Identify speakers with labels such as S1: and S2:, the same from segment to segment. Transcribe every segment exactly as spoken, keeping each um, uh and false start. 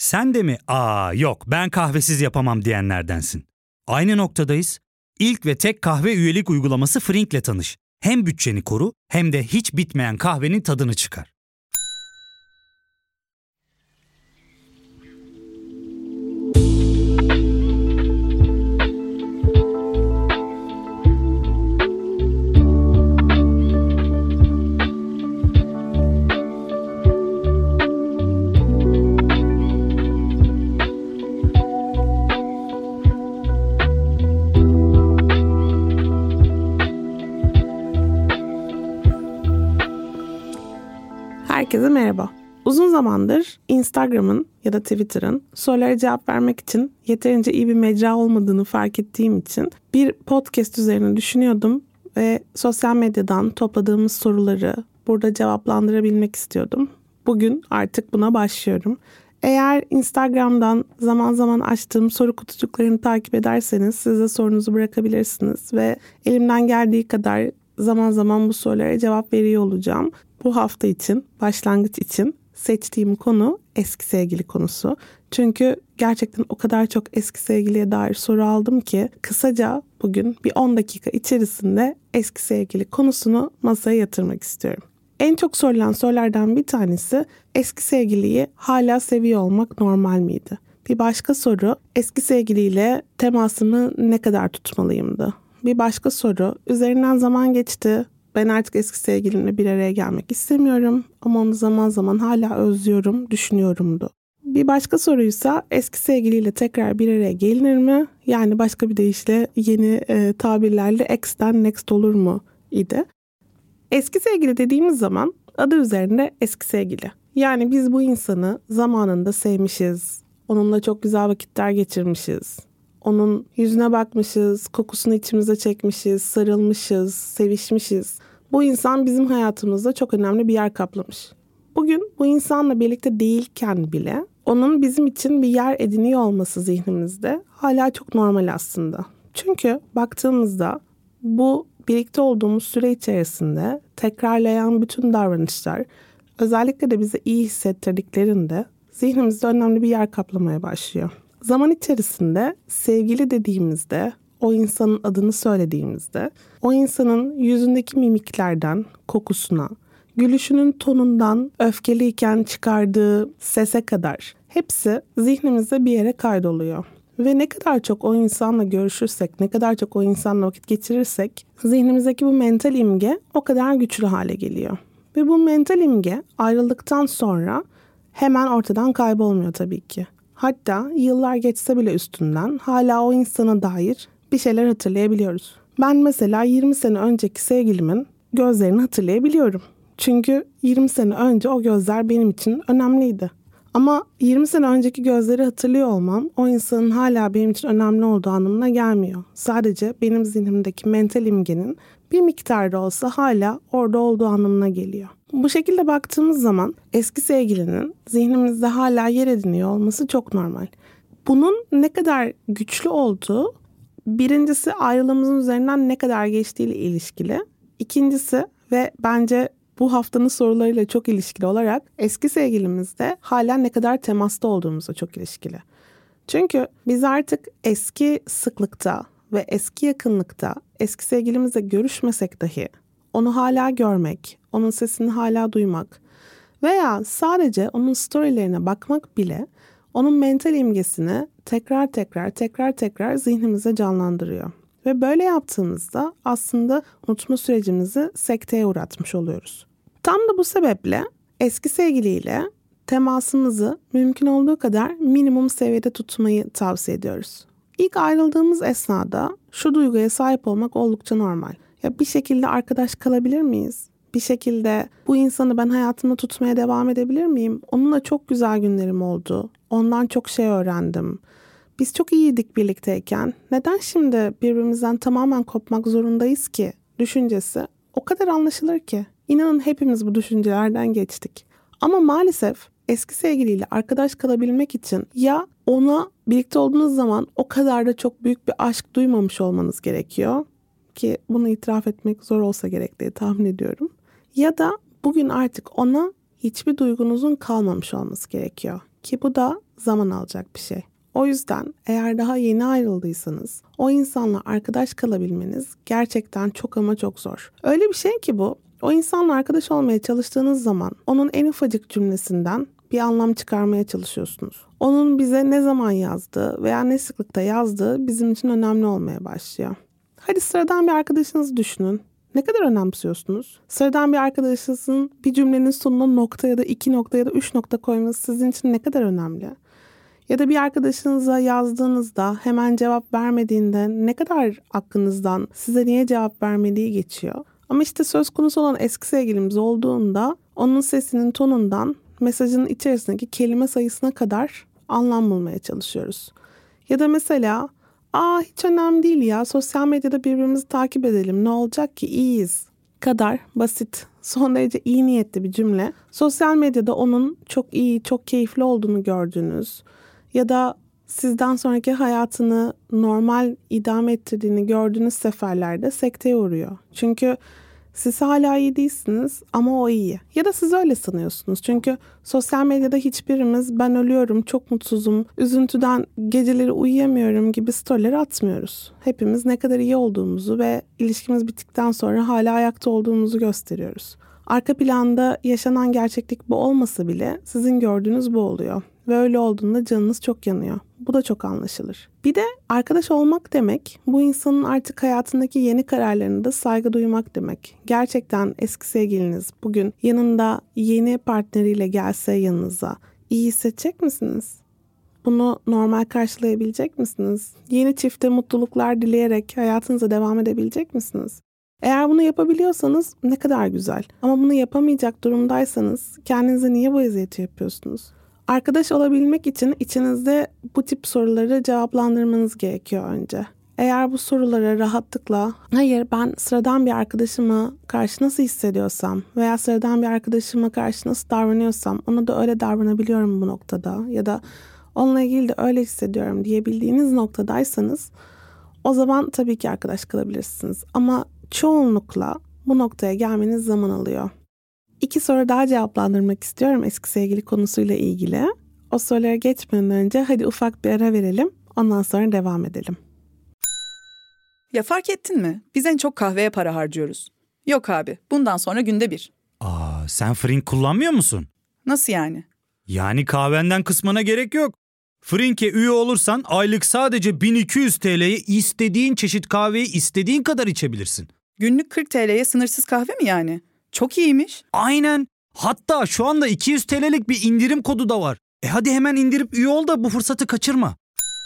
S1: Sen de mi "Aa yok ben kahvesiz yapamam" diyenlerdensin? Aynı noktadayız. İlk ve tek kahve üyelik uygulaması Frink'le tanış. Hem bütçeni koru hem de hiç bitmeyen kahvenin tadını çıkar.
S2: Herkese merhaba. Uzun zamandır Instagram'ın ya da Twitter'ın sorulara cevap vermek için yeterince iyi bir mecra olmadığını fark ettiğim için bir podcast üzerine düşünüyordum ve sosyal medyadan topladığımız soruları burada cevaplandırabilmek istiyordum. Bugün artık buna başlıyorum. Eğer Instagram'dan zaman zaman açtığım soru kutucuklarını takip ederseniz siz de sorunuzu bırakabilirsiniz ve elimden geldiği kadar zaman zaman bu sorulara cevap veriyor olacağım. Bu hafta için, başlangıç için seçtiğim konu eski sevgili konusu. Çünkü gerçekten o kadar çok eski sevgiliye dair soru aldım ki kısaca bugün bir on dakika içerisinde eski sevgili konusunu masaya yatırmak istiyorum. En çok sorulan sorulardan bir tanesi eski sevgiliyi hala seviyor olmak normal miydi? Bir başka soru eski sevgiliyle temasımı ne kadar tutmalıyımdı? Bir başka soru üzerinden zaman geçti. Ben artık eski sevgilimle bir araya gelmek istemiyorum ama onu zaman zaman hala özlüyorum, düşünüyorumdu. Bir başka soruysa eski sevgiliyle tekrar bir araya gelinir mi? Yani başka bir deyişle yeni e, tabirlerle ex'ten next olur mu idi. Eski sevgili dediğimiz zaman adı üzerinde eski sevgili. Yani biz bu insanı zamanında sevmişiz, onunla çok güzel vakitler geçirmişiz. Onun yüzüne bakmışız, kokusunu içimize çekmişiz, sarılmışız, sevişmişiz. Bu insan bizim hayatımızda çok önemli bir yer kaplamış. Bugün bu insanla birlikte değilken bile onun bizim için bir yer ediniyor olması zihnimizde hala çok normal aslında. Çünkü baktığımızda bu birlikte olduğumuz süre içerisinde tekrarlayan bütün davranışlar, özellikle de bize iyi hissettirdiklerinde zihnimizde önemli bir yer kaplamaya başlıyor. Zaman içerisinde sevgili dediğimizde, o insanın adını söylediğimizde, o insanın yüzündeki mimiklerden kokusuna, gülüşünün tonundan öfkeliyken çıkardığı sese kadar hepsi zihnimizde bir yere kaydoluyor. Ve ne kadar çok o insanla görüşürsek, ne kadar çok o insanla vakit geçirirsek zihnimizdeki bu mental imge o kadar güçlü hale geliyor. Ve bu mental imge ayrıldıktan sonra hemen ortadan kaybolmuyor tabii ki. Hatta yıllar geçse bile üstünden hala o insana dair bir şeyler hatırlayabiliyoruz. Ben mesela yirmi sene önceki sevgilimin gözlerini hatırlayabiliyorum. Çünkü yirmi sene önce o gözler benim için önemliydi. Ama yirmi sene önceki gözleri hatırlıyor olmam o insanın hala benim için önemli olduğu anlamına gelmiyor. Sadece benim zihnimdeki mental imgenin bir miktarda olsa hala orada olduğu anlamına geliyor. Bu şekilde baktığımız zaman eski sevgilinin zihnimizde hala yer ediniyor olması çok normal. Bunun ne kadar güçlü olduğu, birincisi ayrılığımızın üzerinden ne kadar geçtiğiyle ilişkili. İkincisi ve bence bu haftanın sorularıyla çok ilişkili olarak eski sevgilimizde hala ne kadar temasta olduğumuzla çok ilişkili. Çünkü biz artık eski sıklıkta ve eski yakınlıkta eski sevgilimizle görüşmesek dahi onu hala görmek, onun sesini hala duymak veya sadece onun storylerine bakmak bile onun mental imgesini tekrar tekrar tekrar tekrar zihnimize canlandırıyor. Ve böyle yaptığımızda aslında unutma sürecimizi sekteye uğratmış oluyoruz. Tam da bu sebeple eski sevgiliyle temasımızı mümkün olduğu kadar minimum seviyede tutmayı tavsiye ediyoruz. İlk ayrıldığımız esnada şu duyguya sahip olmak oldukça normal. Ya bir şekilde arkadaş kalabilir miyiz? Bir şekilde bu insanı ben hayatımda tutmaya devam edebilir miyim? Onunla çok güzel günlerim oldu. Ondan çok şey öğrendim. Biz çok iyiydik birlikteyken. Neden şimdi birbirimizden tamamen kopmak zorundayız ki? Düşüncesi o kadar anlaşılır ki. İnanın hepimiz bu düşüncelerden geçtik. Ama maalesef eski sevgiliyle arkadaş kalabilmek için ya ona birlikte olduğunuz zaman o kadar da çok büyük bir aşk duymamış olmanız gerekiyor ki bunu itiraf etmek zor olsa gerek diye tahmin ediyorum. Ya da bugün artık ona hiçbir duygunuzun kalmamış olması gerekiyor ki bu da zaman alacak bir şey. O yüzden eğer daha yeni ayrıldıysanız o insanla arkadaş kalabilmeniz gerçekten çok ama çok zor. Öyle bir şey ki bu, o insanla arkadaş olmaya çalıştığınız zaman onun en ufacık cümlesinden bir anlam çıkarmaya çalışıyorsunuz. Onun bize ne zaman yazdığı veya ne sıklıkta yazdığı bizim için önemli olmaya başlıyor. Hadi sıradan bir arkadaşınızı düşünün. Ne kadar önemsiyorsunuz? Sıradan bir arkadaşınızın bir cümlenin sonuna nokta ya da iki nokta ya da üç nokta koyması sizin için ne kadar önemli? Ya da bir arkadaşınıza yazdığınızda hemen cevap vermediğinde ne kadar aklınızdan size niye cevap vermediği geçiyor. Ama işte söz konusu olan eski sevgilimiz olduğunda onun sesinin tonundan mesajın içerisindeki kelime sayısına kadar anlam bulmaya çalışıyoruz. Ya da mesela ''Aa hiç önemli değil ya, sosyal medyada birbirimizi takip edelim, ne olacak ki, iyiyiz'' kadar basit, son derece iyi niyetli bir cümle. Sosyal medyada onun çok iyi, çok keyifli olduğunu gördüğünüz ya da sizden sonraki hayatını normal idame ettirdiğini gördüğünüz seferlerde sekteye uğruyor. Çünkü siz hala iyi değilsiniz ama o iyi. Ya da siz öyle sanıyorsunuz. Çünkü sosyal medyada hiçbirimiz ben ölüyorum, çok mutsuzum, üzüntüden geceleri uyuyamıyorum gibi storyleri atmıyoruz. Hepimiz ne kadar iyi olduğumuzu ve ilişkimiz bittikten sonra hala ayakta olduğumuzu gösteriyoruz. Arka planda yaşanan gerçeklik bu olmasa bile sizin gördüğünüz bu oluyor. Ve öyle olduğunda canınız çok yanıyor. Bu da çok anlaşılır. Bir de arkadaş olmak demek, bu insanın artık hayatındaki yeni kararlarına da saygı duymak demek. Gerçekten eski sevgiliniz bugün yanında yeni partneriyle gelse yanınıza, iyi hissedecek misiniz? Bunu normal karşılayabilecek misiniz? Yeni çifte mutluluklar dileyerek hayatınıza devam edebilecek misiniz? Eğer bunu yapabiliyorsanız ne kadar güzel. Ama bunu yapamayacak durumdaysanız kendinize niye bu eziyeti yapıyorsunuz? Arkadaş olabilmek için içinizde bu tip soruları cevaplandırmanız gerekiyor önce. Eğer bu sorulara rahatlıkla hayır ben sıradan bir arkadaşıma karşı nasıl hissediyorsam veya sıradan bir arkadaşıma karşı nasıl davranıyorsam ona da öyle davranabiliyorum bu noktada ya da onunla ilgili de öyle hissediyorum diyebildiğiniz noktadaysanız o zaman tabii ki arkadaş kalabilirsiniz. Ama çoğunlukla bu noktaya gelmeniz zaman alıyor. İki soru daha cevaplandırmak istiyorum eski sevgili konusuyla ilgili. O sorulara geçmeden önce hadi ufak bir ara verelim. Ondan sonra devam edelim.
S3: Ya fark ettin mi? Biz en çok kahveye para harcıyoruz. Yok abi, bundan sonra günde bir.
S1: Aa, sen Frink kullanmıyor musun?
S3: Nasıl yani?
S1: Yani kahvenden kısmına gerek yok. Frink'e üye olursan aylık sadece bin iki yüz T L'ye istediğin çeşit kahveyi istediğin kadar içebilirsin.
S3: Günlük kırk T L'ye sınırsız kahve mi yani? Çok iyiymiş.
S1: Aynen. Hatta şu anda iki yüz T L'lik bir indirim kodu da var. E hadi hemen indirip üye ol da bu fırsatı kaçırma.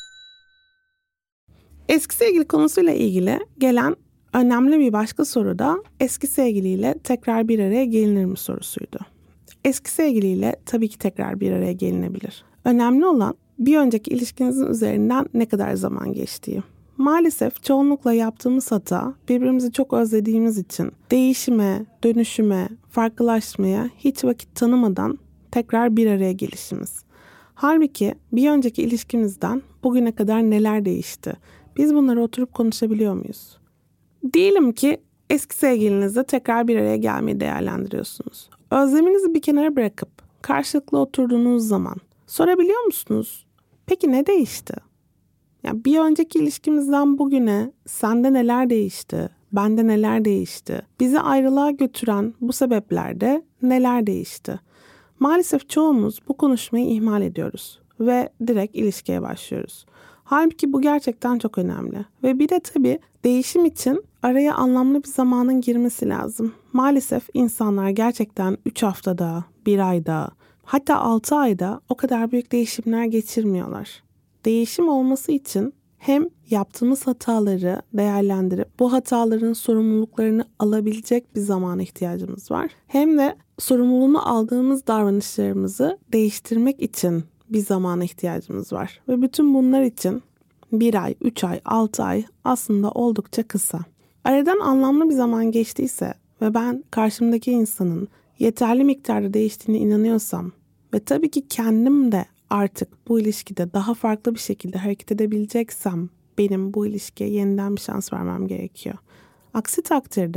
S2: Eski sevgili konusuyla ilgili gelen önemli bir başka soru da eski sevgiliyle tekrar bir araya gelinir mi sorusuydu. Eski sevgiliyle tabii ki tekrar bir araya gelinebilir. Önemli olan bir önceki ilişkinizin üzerinden ne kadar zaman geçtiği. Maalesef çoğunlukla yaptığımız hata birbirimizi çok özlediğimiz için değişime, dönüşüme, farklılaşmaya hiç vakit tanımadan tekrar bir araya gelişimiz. Halbuki bir önceki ilişkimizden bugüne kadar neler değişti? Biz bunları oturup konuşabiliyor muyuz? Diyelim ki eski sevgilinizle tekrar bir araya gelmeyi değerlendiriyorsunuz. Özleminizi bir kenara bırakıp karşılıklı oturduğunuz zaman sorabiliyor musunuz? Peki ne değişti? Ya bir önceki ilişkimizden bugüne sende neler değişti? Bende neler değişti? Bizi ayrılığa götüren bu sebeplerde neler değişti? Maalesef çoğumuz bu konuşmayı ihmal ediyoruz ve direkt ilişkiye başlıyoruz. Halbuki bu gerçekten çok önemli. Ve bir de tabii değişim için araya anlamlı bir zamanın girmesi lazım. Maalesef insanlar gerçekten üç haftada, bir ayda, hatta altı ayda o kadar büyük değişimler geçirmiyorlar. Değişim olması için hem yaptığımız hataları değerlendirip bu hataların sorumluluklarını alabilecek bir zamana ihtiyacımız var. Hem de sorumluluğunu aldığımız davranışlarımızı değiştirmek için bir zamana ihtiyacımız var. Ve bütün bunlar için bir ay, üç ay, altı ay aslında oldukça kısa. Aradan anlamlı bir zaman geçtiyse ve ben karşımdaki insanın yeterli miktarda değiştiğine inanıyorsam ve tabii ki kendim de artık bu ilişkide daha farklı bir şekilde hareket edebileceksem benim bu ilişkiye yeniden bir şans vermem gerekiyor. Aksi takdirde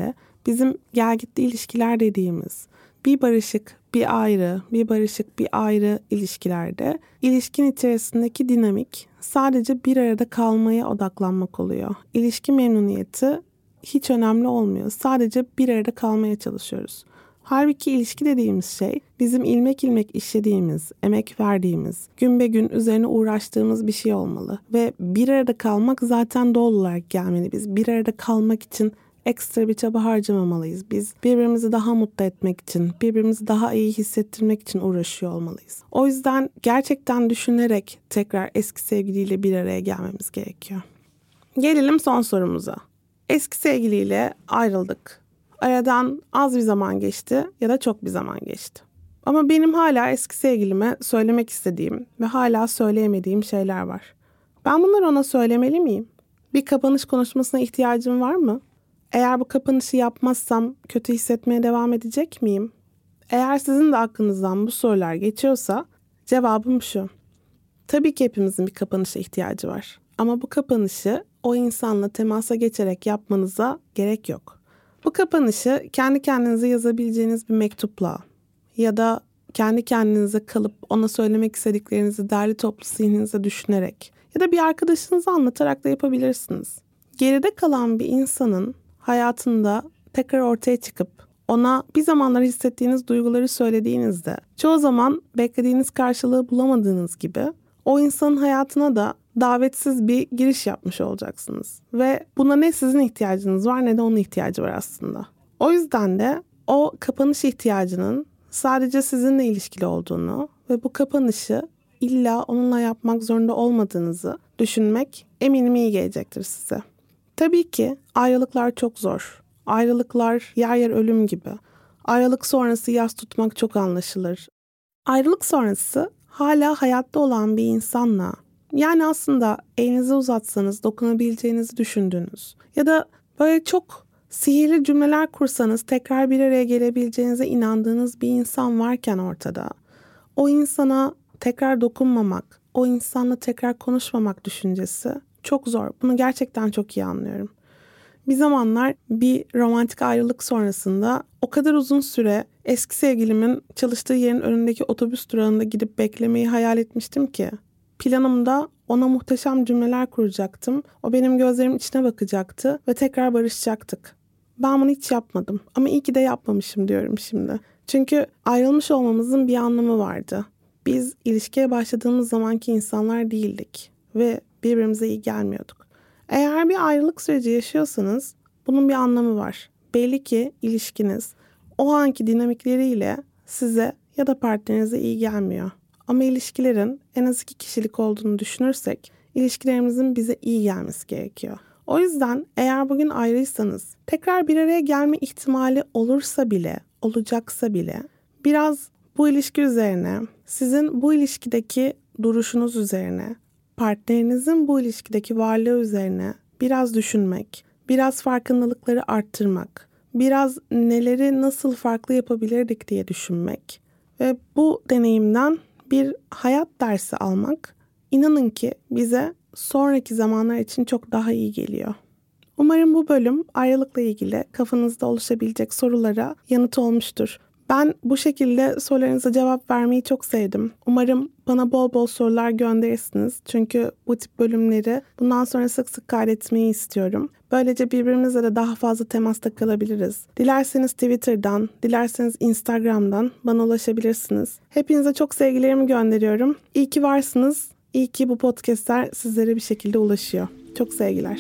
S2: Bizim gelgitli ilişkiler dediğimiz bir barışık, bir ayrı, bir barışık, bir ayrı ilişkilerde ilişkin içerisindeki dinamik sadece bir arada kalmaya odaklanmak oluyor. İlişki memnuniyeti hiç önemli olmuyor. Sadece bir arada kalmaya çalışıyoruz. Halbuki ilişki dediğimiz şey bizim ilmek ilmek işlediğimiz, emek verdiğimiz, gün be gün üzerine uğraştığımız bir şey olmalı. Ve bir arada kalmak zaten doğal olarak gelmeli. Biz bir arada kalmak için ekstra bir çaba harcamamalıyız. Biz birbirimizi daha mutlu etmek için, birbirimizi daha iyi hissettirmek için uğraşıyor olmalıyız. O yüzden gerçekten düşünerek tekrar eski sevgiliyle bir araya gelmemiz gerekiyor. Gelelim son sorumuza. Eski sevgiliyle ayrıldık. Aradan az bir zaman geçti ya da çok bir zaman geçti. Ama benim hala eski sevgilime söylemek istediğim ve hala söyleyemediğim şeyler var. Ben bunları ona söylemeli miyim? Bir kapanış konuşmasına ihtiyacım var mı? Eğer bu kapanışı yapmazsam kötü hissetmeye devam edecek miyim? Eğer sizin de aklınızdan bu sorular geçiyorsa cevabım şu. Tabii ki hepimizin bir kapanışa ihtiyacı var. Ama bu kapanışı o insanla temasa geçerek yapmanıza gerek yok. Bu kapanışı kendi kendinize yazabileceğiniz bir mektupla ya da kendi kendinize kalıp ona söylemek istediklerinizi derli toplu zihninizde düşünerek ya da bir arkadaşınıza anlatarak da yapabilirsiniz. Geride kalan bir insanın hayatında tekrar ortaya çıkıp ona bir zamanlar hissettiğiniz duyguları söylediğinizde çoğu zaman beklediğiniz karşılığı bulamadığınız gibi o insanın hayatına da davetsiz bir giriş yapmış olacaksınız. Ve buna ne sizin ihtiyacınız var ne de onun ihtiyacı var aslında. O yüzden de o kapanış ihtiyacının sadece sizinle ilişkili olduğunu ve bu kapanışı illa onunla yapmak zorunda olmadığınızı düşünmek eminim iyi gelecektir size. Tabii ki ayrılıklar çok zor. Ayrılıklar yer yer ölüm gibi. Ayrılık sonrası yas tutmak çok anlaşılır. Ayrılık sonrası hala hayatta olan bir insanla, yani aslında elinizi uzatsanız dokunabileceğinizi düşündüğünüz ya da böyle çok sihirli cümleler kursanız tekrar bir araya gelebileceğinize inandığınız bir insan varken ortada, o insana tekrar dokunmamak, o insanla tekrar konuşmamak düşüncesi çok zor. Bunu gerçekten çok iyi anlıyorum. Bir zamanlar bir romantik ayrılık sonrasında o kadar uzun süre eski sevgilimin çalıştığı yerin önündeki otobüs durağında gidip beklemeyi hayal etmiştim ki. Planımda ona muhteşem cümleler kuracaktım. O benim gözlerimin içine bakacaktı ve tekrar barışacaktık. Ben bunu hiç yapmadım ama iyi ki de yapmamışım diyorum şimdi. Çünkü ayrılmış olmamızın bir anlamı vardı. Biz ilişkiye başladığımız zamanki insanlar değildik ve birbirimize iyi gelmiyorduk. Eğer bir ayrılık süreci yaşıyorsanız bunun bir anlamı var. Belli ki ilişkiniz o anki dinamikleriyle size ya da partnerinize iyi gelmiyor. Ama ilişkilerin en az iki kişilik olduğunu düşünürsek ilişkilerimizin bize iyi gelmesi gerekiyor. O yüzden eğer bugün ayrıysanız tekrar bir araya gelme ihtimali olursa bile, olacaksa bile biraz bu ilişki üzerine, sizin bu ilişkideki duruşunuz üzerine, partnerinizin bu ilişkideki varlığı üzerine biraz düşünmek, biraz farkındalıkları arttırmak, biraz neleri nasıl farklı yapabilirdik diye düşünmek ve bu deneyimden bir hayat dersi almak, inanın ki bize sonraki zamanlar için çok daha iyi geliyor. Umarım bu bölüm ayrılıkla ilgili kafanızda oluşabilecek sorulara yanıt olmuştur. Ben bu şekilde sorularınıza cevap vermeyi çok sevdim. Umarım bana bol bol sorular gönderirsiniz. Çünkü bu tip bölümleri bundan sonra sık sık kaydetmeyi istiyorum. Böylece birbirimizle de daha fazla temasta kalabiliriz. Dilerseniz Twitter'dan, dilerseniz Instagram'dan bana ulaşabilirsiniz. Hepinize çok sevgilerimi gönderiyorum. İyi ki varsınız. İyi ki bu podcastler sizlere bir şekilde ulaşıyor. Çok sevgiler.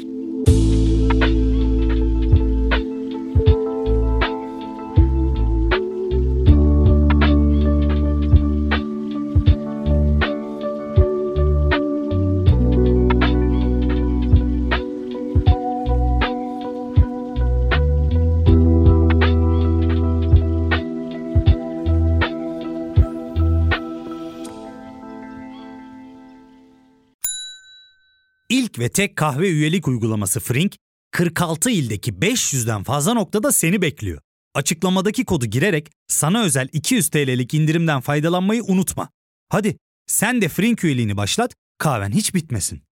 S1: İlk ve tek kahve üyelik uygulaması Frink, kırk altı ildeki beş yüzden fazla noktada seni bekliyor. Açıklamadaki kodu girerek sana özel iki yüz TL'lik indirimden faydalanmayı unutma. Hadi sen de Frink üyeliğini başlat, kahven hiç bitmesin.